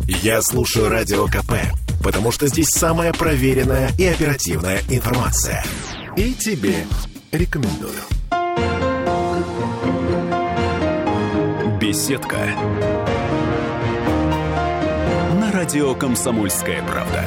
Я слушаю Радио КП, потому что здесь самая проверенная и оперативная информация. И тебе рекомендую. Беседка. На радио «Комсомольская правда».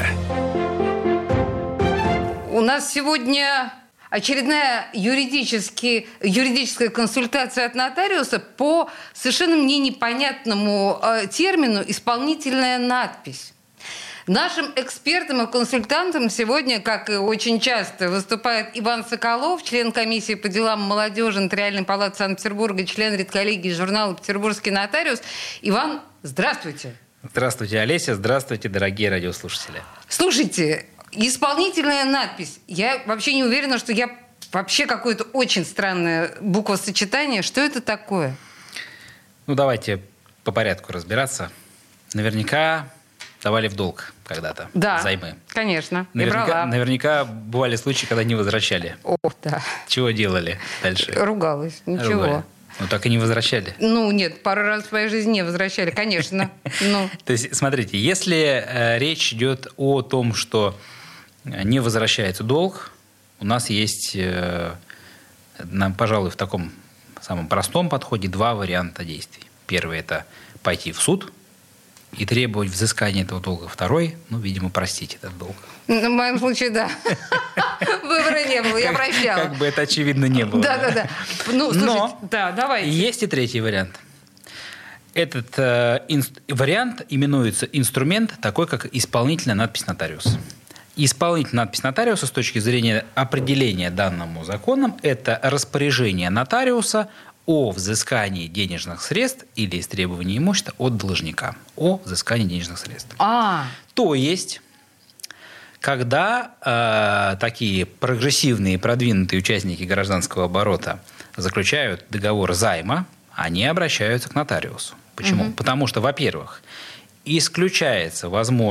У нас сегодня очередная юридическая консультация от нотариуса по совершенно мне непонятному термину «исполнительная надпись». Нашим экспертом и консультантом сегодня, как и очень часто, выступает Иван Соколов, член комиссии по делам молодежи Нотариальной палаты Санкт-Петербурга, член редколлегии журнала «Петербургский нотариус». Иван, здравствуйте. Здравствуйте, Олеся. Здравствуйте, дорогие радиослушатели. Слушайте, исполнительная надпись. Я вообще не уверена, что я вообще какое-то очень странное буквосочетание. Что это такое? Ну, давайте по порядку разбираться. Наверняка давали в долг когда-то займы. Конечно. Наверняка бывали случаи, когда не возвращали. О, да. Чего делали дальше? Ругалась. Ничего. Ругали. Ну, так и не возвращали. Ну, нет, пару раз в своей жизни не возвращали, конечно. То есть, смотрите, если речь идет о том, что не возвращается долг, у нас есть, пожалуй, в таком самом простом подходе два варианта действий. Первый – это пойти в суд и требовать взыскания этого долга. Второй, видимо, простить этот долг. В моем случае, да. Выбора не было, я прощала. Как бы это очевидно не было. Да. Ну, слушайте, давайте. Есть и третий вариант. Этот вариант именуется инструмент, такой как исполнительная надпись нотариуса. Исполнительная надпись нотариуса с точки зрения определения данному законом – это распоряжение нотариуса о взыскании денежных средств или истребовании имущества от должника. О взыскании денежных средств. То есть, когда такие прогрессивные, продвинутые участники гражданского оборота заключают договор займа, они обращаются к нотариусу. Почему? Потому что, во-первых, исключаются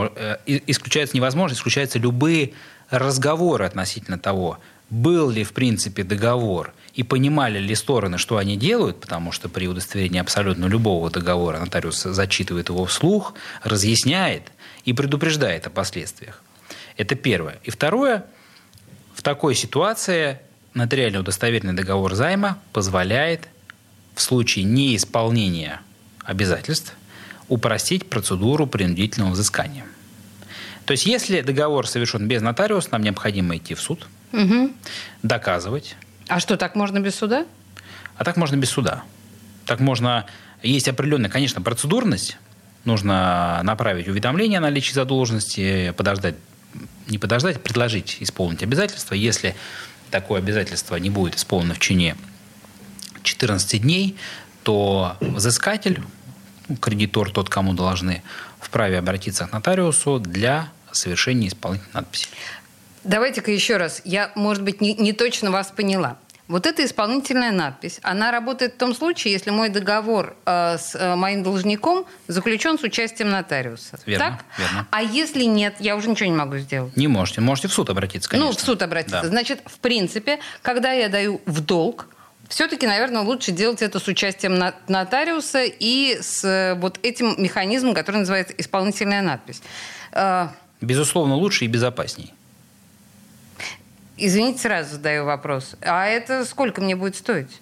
любые разговоры относительно того, был ли в принципе договор и понимали ли стороны, что они делают, потому что при удостоверении абсолютно любого договора нотариус зачитывает его вслух, разъясняет и предупреждает о последствиях. Это первое. И второе, в такой ситуации нотариально удостоверенный договор займа позволяет в случае неисполнения обязательств упростить процедуру принудительного взыскания. То есть, если договор совершен без нотариуса, нам необходимо идти в суд, доказывать. А что, так можно без суда? А так можно без суда. Так можно... Есть определенная, конечно, процедурность. Нужно направить уведомление о наличии задолженности, предложить исполнить обязательство. Если такое обязательство не будет исполнено в течение 14 дней, то взыскатель, кредитор, тот, кому должны, вправе обратиться к нотариусу для совершения исполнительной надписи. Давайте-ка еще раз. Я, может быть, не точно вас поняла. Вот эта исполнительная надпись, она работает в том случае, если мой договор с моим должником заключен с участием нотариуса. Верно, так? верно. А если нет, я уже ничего не могу сделать? Не можете. Можете в суд обратиться, конечно. В суд обратиться. Да. Значит, в принципе, когда я даю в долг, все-таки, наверное, лучше делать это с участием нотариуса и с вот этим механизмом, который называется исполнительная надпись. Безусловно, лучше и безопасней. Извините, сразу задаю вопрос. А это сколько мне будет стоить?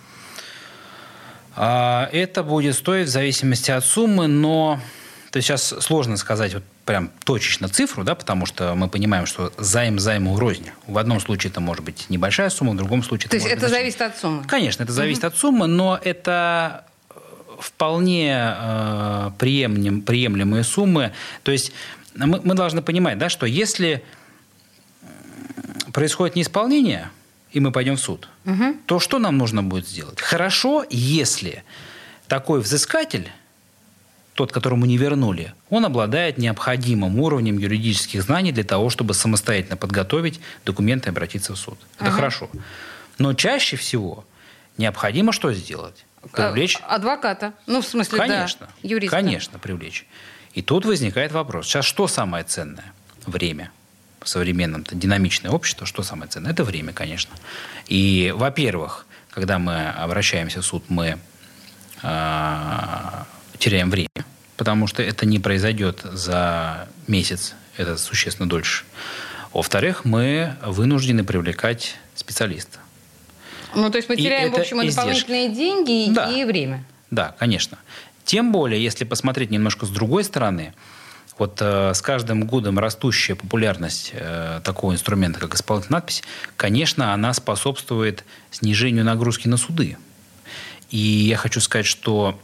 Это будет стоить в зависимости от суммы, но то есть сейчас сложно сказать вот прям точечно цифру, да, потому что мы понимаем, что займ займу рознь. В одном случае это может быть небольшая сумма, в другом случае то есть это зависит от суммы? Конечно, это зависит от суммы, но это вполне приемлемые суммы. То есть мы должны понимать, да, что если происходит неисполнение, и мы пойдем в суд, то что нам нужно будет сделать? Хорошо, если такой взыскатель, тот, которому не вернули, он обладает необходимым уровнем юридических знаний для того, чтобы самостоятельно подготовить документы и обратиться в суд. Это хорошо. Но чаще всего необходимо что сделать? Привлечь адвоката. В смысле, конечно, да, юриста. Конечно, привлечь. И тут возникает вопрос. Сейчас что самое ценное? Время. В современном динамичное общество, что самое ценное? Это время, конечно. И, во-первых, когда мы обращаемся в суд, мы теряем время, потому что это не произойдет за месяц, это существенно дольше. Во-вторых, мы вынуждены привлекать специалиста. Ну, то есть мы теряем, в общем, дополнительные деньги и время. Да, конечно. Тем более, если посмотреть немножко с другой стороны, вот с каждым годом растущая популярность такого инструмента, как исполнительная надпись, конечно, она способствует снижению нагрузки на суды. И я хочу сказать, что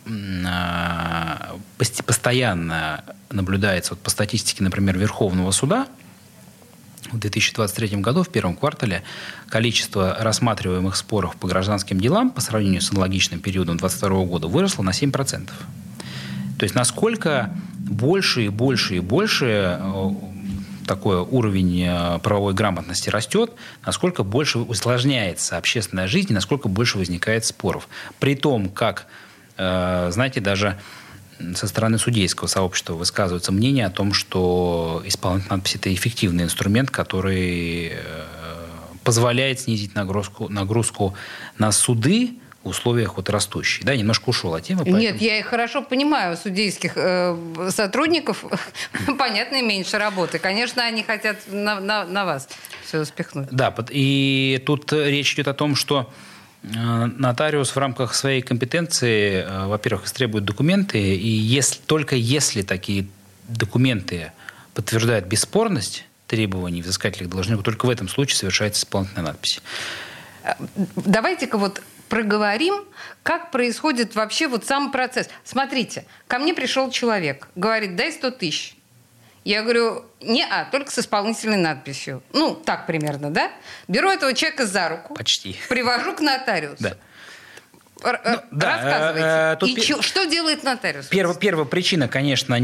постоянно наблюдается вот по статистике, например, Верховного суда, в 2023 году, в первом квартале, количество рассматриваемых споров по гражданским делам по сравнению с аналогичным периодом 2022 года выросло на 7%. То есть насколько больше и больше и больше такой уровень правовой грамотности растет, насколько больше усложняется общественная жизнь, и насколько больше возникает споров. При том, как, знаете, даже со стороны судейского сообщества высказывается мнение о том, что исполнительная надпись – это эффективный инструмент, который позволяет снизить нагрузку на суды в условиях вот растущей. Да, немножко ушел от темы. Поэтому... Нет, я их хорошо понимаю, судейских сотрудников, понятно, меньше работы. Конечно, они хотят на вас все спихнуть. Да, и тут речь идет о том, что нотариус в рамках своей компетенции, во-первых, истребует документы, и только если такие документы подтверждают бесспорность требований взыскательных должников, только в этом случае совершается исполнительная надпись. Давайте-ка вот проговорим, как происходит вообще вот сам процесс. Смотрите, ко мне пришел человек, говорит, дай 100 тысяч. Я говорю, только с исполнительной надписью. Ну, так примерно, да? Беру этого человека за руку. Почти. Привожу к нотариусу. Да. Рассказывайте. Что делает нотариус? Первая причина, конечно,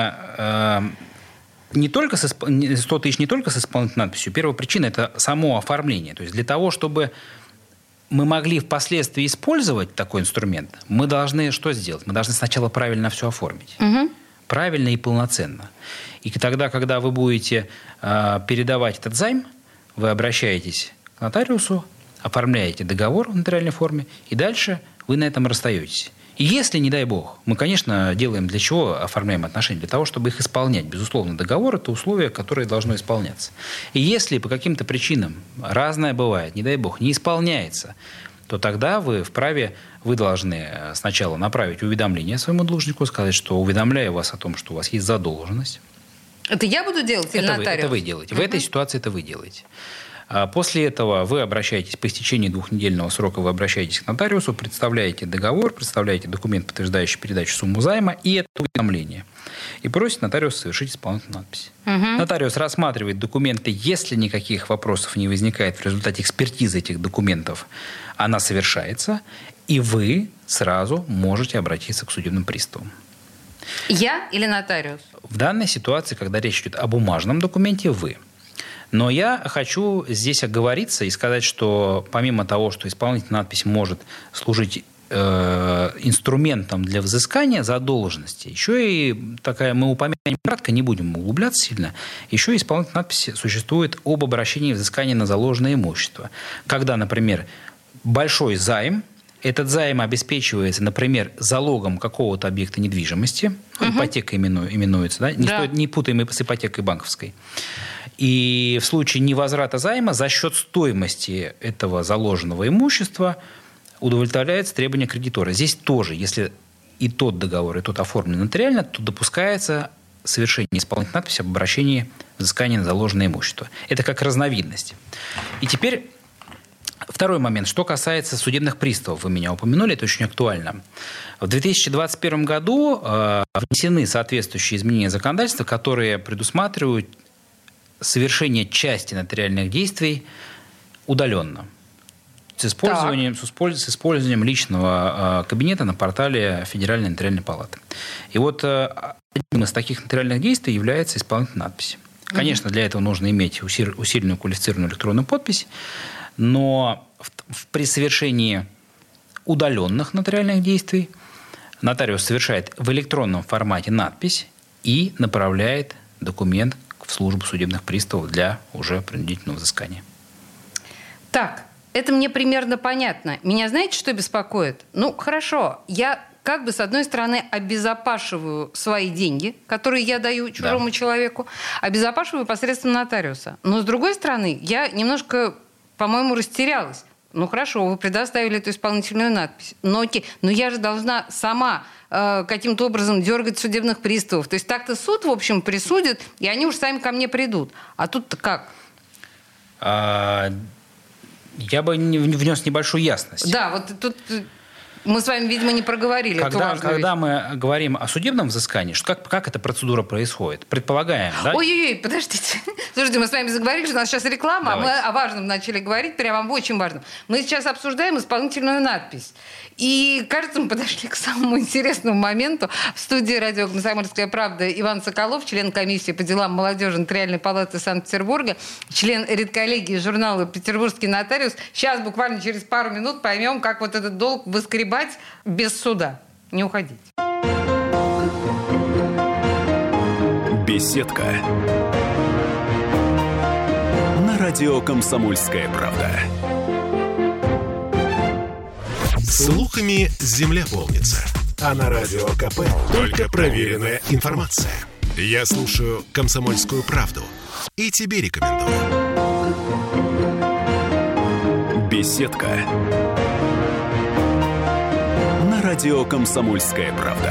не только 100 тысяч не только с исполнительной надписью. Первая причина – это само оформление. То есть для того, чтобы мы могли впоследствии использовать такой инструмент, мы должны что сделать? Мы должны сначала правильно все оформить. Угу. Правильно и полноценно. И тогда, когда вы будете передавать этот займ, вы обращаетесь к нотариусу, оформляете договор в нотариальной форме, и дальше вы на этом расстаетесь. И если, не дай бог, мы, конечно, делаем для чего оформляем отношения? Для того, чтобы их исполнять. Безусловно, договор – это условие, которое должно исполняться. И если по каким-то причинам, разное бывает, не дай бог, не исполняется, то тогда вы должны сначала направить уведомление своему должнику, сказать, что уведомляю вас о том, что у вас есть задолженность. Это я буду делать или нотариус? Это вы делаете. В этой ситуации это вы делаете. После этого вы обращаетесь, по истечении 2-недельного срока вы обращаетесь к нотариусу, представляете договор, представляете документ, подтверждающий передачу суммы займа и это уведомление. И просите нотариуса совершить исполнительную надпись. Нотариус рассматривает документы, если никаких вопросов не возникает в результате экспертизы этих документов, она совершается, и вы сразу можете обратиться к судебным приставам. Я или нотариус? В данной ситуации, когда речь идет о бумажном документе, вы. Но я хочу здесь оговориться и сказать, что помимо того, что исполнительная надпись может служить инструментом для взыскания задолженности, еще и такая, мы упомянем кратко, не будем углубляться сильно, еще и исполнительная надпись существует об обращении взыскания на заложенное имущество. Когда, например, большой займ, этот займ обеспечивается, например, залогом какого-то объекта недвижимости, ипотека именуется, да? Не путаем с ипотекой банковской. И в случае невозврата займа за счет стоимости этого заложенного имущества удовлетворяется требования кредитора. Здесь тоже, если и тот договор, и тот оформлен нотариально, то допускается совершение исполнительной надписи об обращении взыскания на заложенное имущество. Это как разновидность. И теперь второй момент. Что касается судебных приставов, вы меня упомянули, это очень актуально. В 2021 году внесены соответствующие изменения законодательства, которые предусматривают совершение части нотариальных действий удаленно. С использованием личного кабинета на портале Федеральной нотариальной палаты. И вот одним из таких нотариальных действий является исполнительная надпись. Конечно, для этого нужно иметь усиленную квалифицированную электронную подпись, но при совершении удаленных нотариальных действий нотариус совершает в электронном формате надпись и направляет документ в службу судебных приставов для уже принудительного взыскания. Так, это мне примерно понятно. Меня знаете, что беспокоит? Ну, хорошо, я как бы, с одной стороны, обезопашиваю свои деньги, которые я даю чужому человеку, обезопашиваю посредством нотариуса. Но, с другой стороны, я немножко, по-моему, растерялась. Ну, хорошо, вы предоставили эту исполнительную надпись. Но я же должна сама каким-то образом дергать судебных приставов. То есть так-то суд, в общем, присудит, и они уж сами ко мне придут. А тут-то как? Я бы внес небольшую ясность. Да, вот тут мы с вами, видимо, не проговорили. Когда мы говорим о судебном взыскании, как эта процедура происходит? Предполагаем, да? Ой-ой-ой, подождите. Слушайте, мы с вами заговорили, что у нас сейчас реклама, а мы о важном начали говорить, прямо очень важном. Мы сейчас обсуждаем исполнительную надпись. И, кажется, мы подошли к самому интересному моменту. В студии радио «Комсомольская правда» Иван Соколов, член комиссии по делам молодежи Нотариальной палаты Санкт-Петербурга, член редколлегии журнала «Петербургский нотариус». Сейчас, буквально через пару минут, поймем, как вот этот долг выскребать без суда. Не уходите. Беседка. На радио «Комсомольская правда». Слухами земля полнится. А на радио КП только проверенная информация. Я слушаю «Комсомольскую правду» и тебе рекомендую. Беседка. На радио «Комсомольская правда».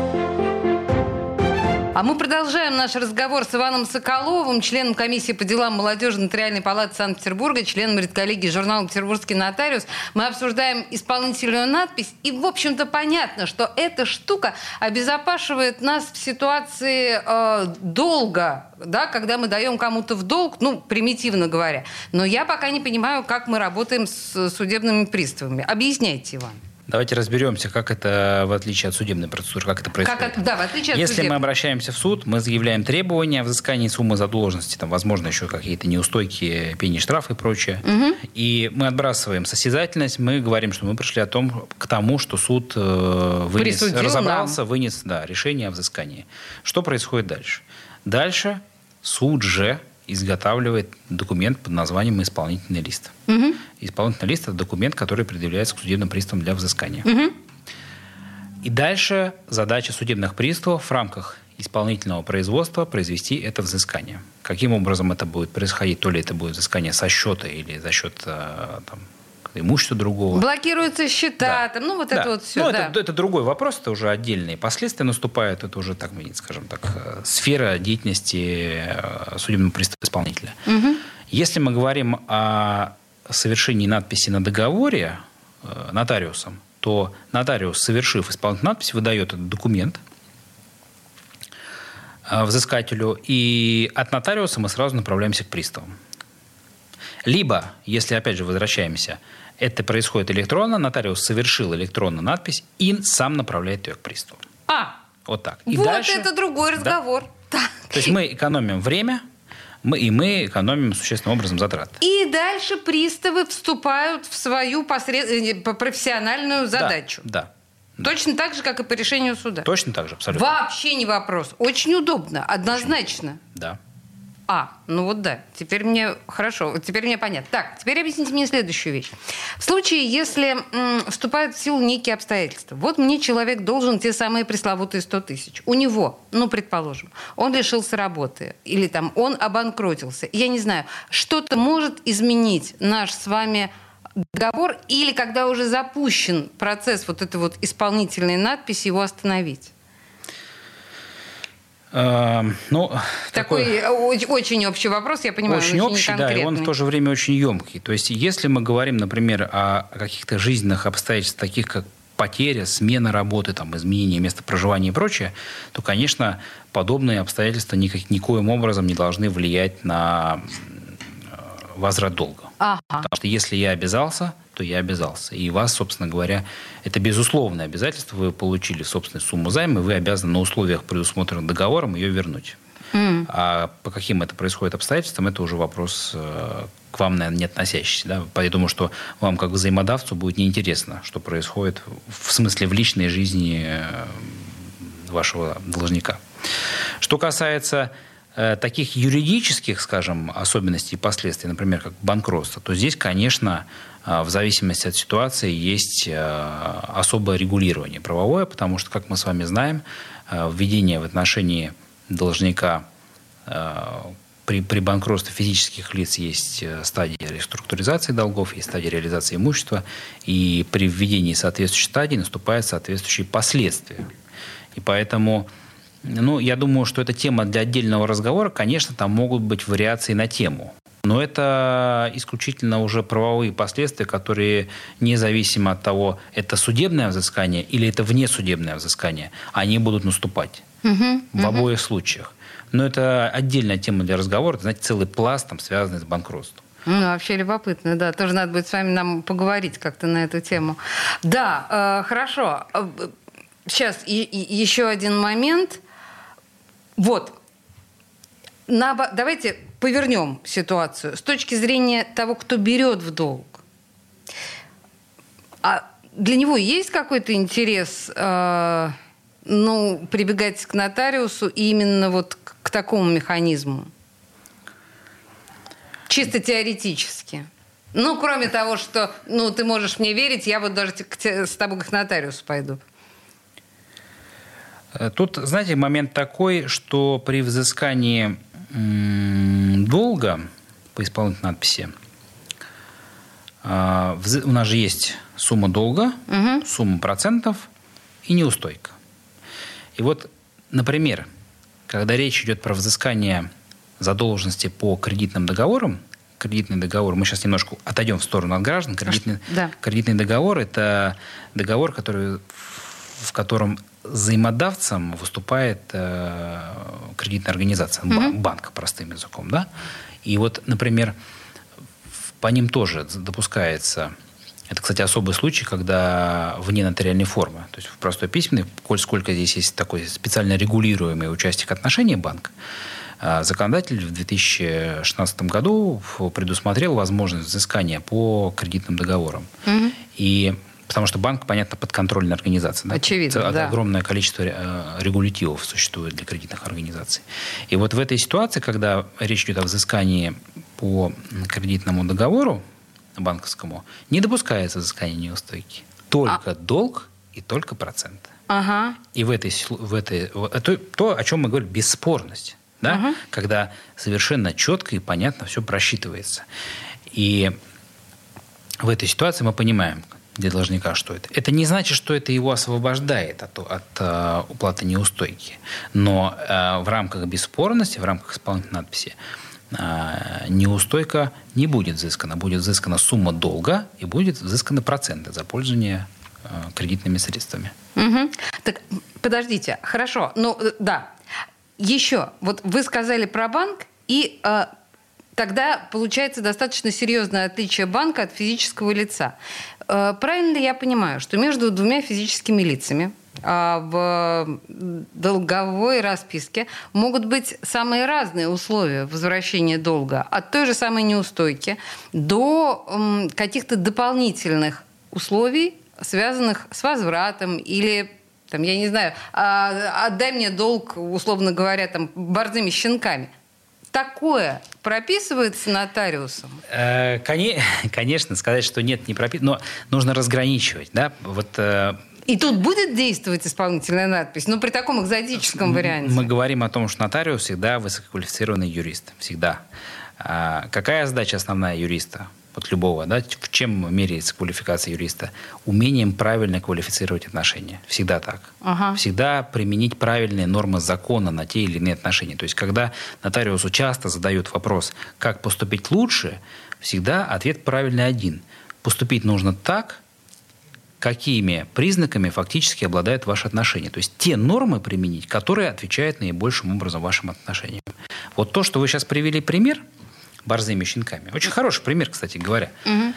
А мы продолжаем наш разговор с Иваном Соколовым, членом комиссии по делам молодежи Нотариальной палаты Санкт-Петербурга, членом редколлегии журнала «Петербургский нотариус». Мы обсуждаем исполнительную надпись. И, в общем-то, понятно, что эта штука обезопашивает нас в ситуации долга, да, когда мы даем кому-то в долг, ну, примитивно говоря. Но я пока не понимаю, как мы работаем с судебными приставами. Объясняйте, Иван. Давайте разберемся, как это, в отличие от судебной процедуры, как это происходит. В отличие от Если мы обращаемся в суд, мы заявляем требования о взыскании суммы задолженности, там, возможно, еще какие-то неустойки, пени, штрафы и прочее. Угу. И мы отбрасываем состязательность, мы говорим, что мы пришли к тому, что суд разобрался, вынес решение о взыскании. Что происходит дальше? Дальше суд же изготавливает документ под названием «Исполнительный лист». Угу. Исполнительный лист – это документ, который предъявляется к судебным приставам для взыскания. Угу. И дальше задача судебных приставов в рамках исполнительного производства произвести это взыскание. Каким образом это будет происходить? То ли это будет взыскание со счета или за счет имущества другого. Блокируются счета, да. Это вот все. Это другой вопрос, это уже отдельные последствия наступают, это уже, скажем так, сфера деятельности судебного пристава-исполнителя. Угу. Если мы говорим о совершении надписи на договоре нотариусом, то нотариус, совершив исполнительную надпись, выдает этот документ взыскателю, и от нотариуса мы сразу направляемся к приставам. Либо, если, опять же, возвращаемся, это происходит электронно, нотариус совершил электронную надпись и сам направляет ее к приставу. Вот так. И вот дальше, это другой разговор. Да. То есть мы экономим время, мы экономим существенным образом затраты. И дальше приставы вступают в свою профессиональную задачу. Да. Точно так же, как и по решению суда. Точно так же, абсолютно. Вообще не вопрос. Очень удобно, однозначно. Да. Теперь мне хорошо, теперь мне понятно. Так, теперь объясните мне следующую вещь. В случае, если вступают в силу некие обстоятельства, вот мне человек должен те самые пресловутые 100 тысяч. У него, предположим, он лишился работы или он обанкротился. Я не знаю, что-то может изменить наш с вами договор или когда уже запущен процесс вот этой вот исполнительной надписи, его остановить? Такой очень общий вопрос, я понимаю, очень общий, да, и он в то же время очень емкий. То есть, если мы говорим, например, о каких-то жизненных обстоятельствах, таких как потеря, смена работы, изменение места проживания и прочее, то, конечно, подобные обстоятельства никоим образом не должны влиять на возврат долга. Ага. Потому что если я обязался, то я обязался. И вас, собственно говоря, это безусловное обязательство. Вы получили собственную сумму займа, и вы обязаны на условиях, предусмотренных договором, ее вернуть. А по каким это происходит обстоятельствам, это уже вопрос к вам, наверное, не относящийся. Да? Я думаю, что вам, как взаимодавцу, будет неинтересно, что происходит в смысле в личной жизни вашего должника. Что касается таких юридических, скажем, особенностей и последствий, например, как банкротство, то здесь, конечно, в зависимости от ситуации есть особое регулирование правовое, потому что, как мы с вами знаем, введение в отношении должника при банкротстве физических лиц есть стадия реструктуризации долгов, есть стадия реализации имущества, и при введении соответствующей стадии наступают соответствующие последствия. И поэтому, я думаю, что это тема для отдельного разговора. Конечно, там могут быть вариации на тему. Но это исключительно уже правовые последствия, которые независимо от того, это судебное взыскание или это внесудебное взыскание, они будут наступать в обоих случаях. Но это отдельная тема для разговора, это, знаете, целый пласт, там, связанный с банкротством. Вообще любопытно, да. Тоже надо будет с вами нам поговорить как-то на эту тему. Да, хорошо. Сейчас еще один момент. Вот. Давайте повернем ситуацию. С точки зрения того, кто берет в долг. А для него есть какой-то интерес прибегать к нотариусу именно вот к такому механизму? Чисто теоретически. Кроме того, что ты можешь мне верить, я вот даже с тобой к нотариусу пойду. Тут, знаете, момент такой, что при взыскании долга по исполнительной надписи у нас же есть сумма долга, сумма процентов и неустойка. И вот, например, когда речь идет про взыскание задолженности по кредитным договорам, кредитный договор, мы сейчас немножко отойдем в сторону от граждан, кредитный договор – это договор, в котором взаимодавцем выступает кредитная организация, банк, простым языком. Да? И вот, например, по ним тоже допускается, это, кстати, особый случай, когда вне нотариальной формы, то есть в простой письменной, сколько здесь есть такой специально регулируемый участник отношений банка, законодатель в 2016 году предусмотрел возможность взыскания по кредитным договорам. И потому что банк, понятно, подконтрольная организация. Да? Очевидно, да. Огромное количество регулятивов существует для кредитных организаций. И вот в этой ситуации, когда речь идет о взыскании по кредитному договору банковскому, не допускается взыскание неустойки. Только долг и только проценты. И то, о чем мы говорим, бесспорность. Да? Когда совершенно четко и понятно все просчитывается. И в этой ситуации мы понимаем для должника, что это. Это не значит, что это его освобождает от уплаты неустойки. Но в рамках бесспорности, в рамках исполнительной надписи неустойка не будет взыскана. Будет взыскана сумма долга и будет взысканы проценты за пользование кредитными средствами. Так, подождите. Хорошо. Да. Еще. Вот вы сказали про банк, и тогда получается достаточно серьезное отличие банка от физического лица. Правильно ли я понимаю, что между двумя физическими лицами в долговой расписке могут быть самые разные условия возвращения долга, от той же самой неустойки до каких-то дополнительных условий, связанных с возвратом или, я не знаю, отдай мне долг, условно говоря, борзыми щенками. Такое прописывается нотариусом? Конечно, сказать, что нет, не прописано, но нужно разграничивать. Да? И тут будет действовать исполнительная надпись, при таком экзотическом варианте? Мы говорим о том, что нотариус всегда высококвалифицированный юрист. Всегда. Какая задача основная юриста? Любого, да? В чем меряется квалификация юриста? Умением правильно квалифицировать отношения. Всегда так. Всегда применить правильные нормы закона на те или иные отношения. То есть, когда нотариусу часто задают вопрос, как поступить лучше, всегда ответ правильный один. Поступить нужно так, какими признаками фактически обладают ваши отношения. То есть, те нормы применить, которые отвечают наибольшим образом вашим отношениям. Вот то, что вы сейчас привели пример, борзыми щенками. Очень хороший пример, кстати говоря.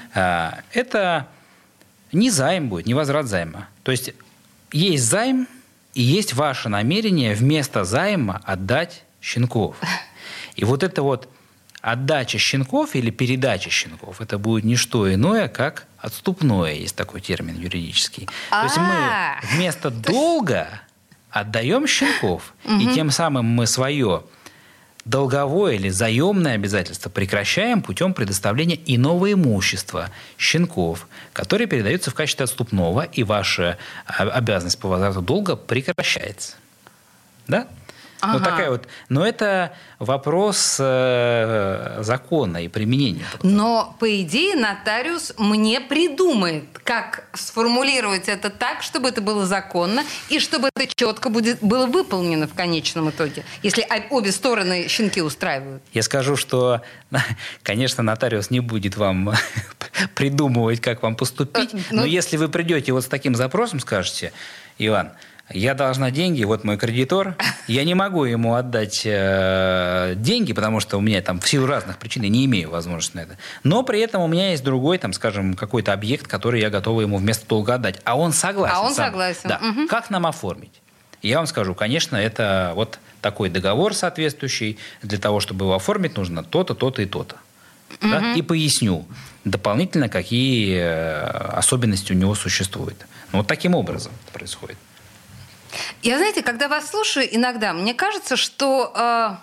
Это не займ будет, не возврат займа. То есть есть займ и есть ваше намерение вместо займа отдать щенков. И вот это вот отдача щенков или передача щенков, это будет не что иное, как отступное, есть такой термин юридический. То есть мы вместо долга отдаем щенков, и тем самым мы свое долговое или заемное обязательство прекращаем путем предоставления иного имущества, щенков, которые передаются в качестве отступного, и ваша обязанность по возврату долга прекращается. Да? Ага. Вот такая вот. Но это вопрос закона и применения. Но, по идее, нотариус мне придумает, как сформулировать это так, чтобы это было законно, и чтобы это четко было выполнено в конечном итоге, если обе стороны щенки устраивают. Я скажу, что, конечно, нотариус не будет вам придумывать, как вам поступить, но если вы придете вот с таким запросом, скажете: Иван, я должна деньги, вот мой кредитор, я не могу ему отдать деньги, потому что у меня там в силу разных причин я не имею возможности на это. Но при этом у меня есть другой, там, скажем, какой-то объект, который я готова ему вместо долга отдать. А он согласен. А он согласен. Да. Угу. Как нам оформить? Я вам скажу, конечно, это вот такой договор соответствующий. Для того, чтобы его оформить, нужно то-то, то-то и то-то. Угу. Да? И поясню дополнительно, какие особенности у него существуют. Ну, вот таким образом это происходит. Я, знаете, когда вас слушаю, иногда мне кажется, что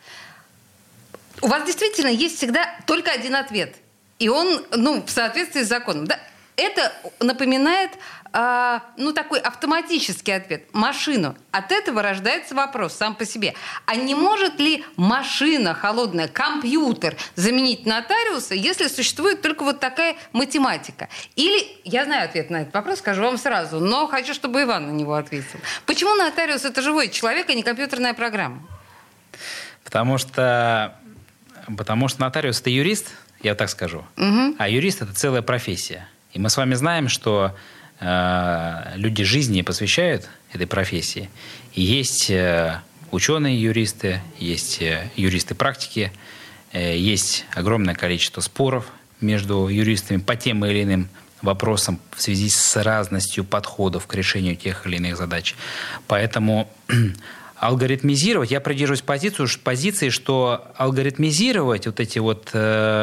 у вас действительно есть всегда только один ответ. И он, в соответствии с законом. Да? Это напоминает, такой автоматический ответ. Машину. От этого рождается вопрос сам по себе. А не может ли машина холодная, компьютер заменить нотариуса, если существует только вот такая математика? Или, я знаю ответ на этот вопрос, скажу вам сразу, но хочу, чтобы Иван на него ответил. Почему нотариус – это живой человек, а не компьютерная программа? Потому что нотариус – это юрист, я так скажу. Угу. А юрист – это целая профессия. И мы с вами знаем, что люди жизни посвящают этой профессии. И есть ученые-юристы, есть юристы практики, есть огромное количество споров между юристами по тем или иным вопросам в связи с разностью подходов к решению тех или иных задач. Поэтому алгоритмизировать, я придерживаюсь позиции, что алгоритмизировать вот эти вот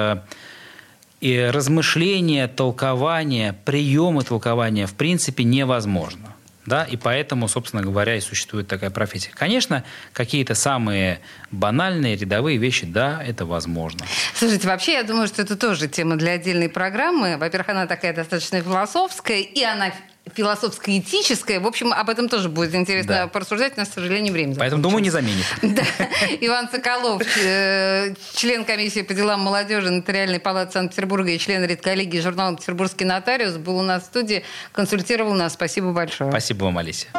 и размышления, толкования, приемы толкования в принципе невозможно. Да? И поэтому, собственно говоря, и существует такая профессия. Конечно, какие-то самые банальные, рядовые вещи, да, это возможно. Слушайте, вообще, я думаю, что это тоже тема для отдельной программы. Во-первых, она такая достаточно философская, и она философско-этическая. В общем, об этом тоже будет интересно порассуждать. У нас, к сожалению, время закончилось. Поэтому, думаю, не заменит. Да. Иван Соколов, член комиссии по делам молодежи Нотариальной палаты Санкт-Петербурга и член редколлегии журнала «Петербургский нотариус», был у нас в студии, консультировал нас. Спасибо большое. Спасибо вам, Олеся.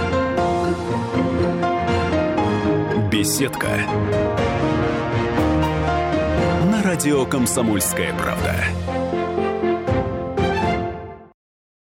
Беседка. На радио «Комсомольская правда».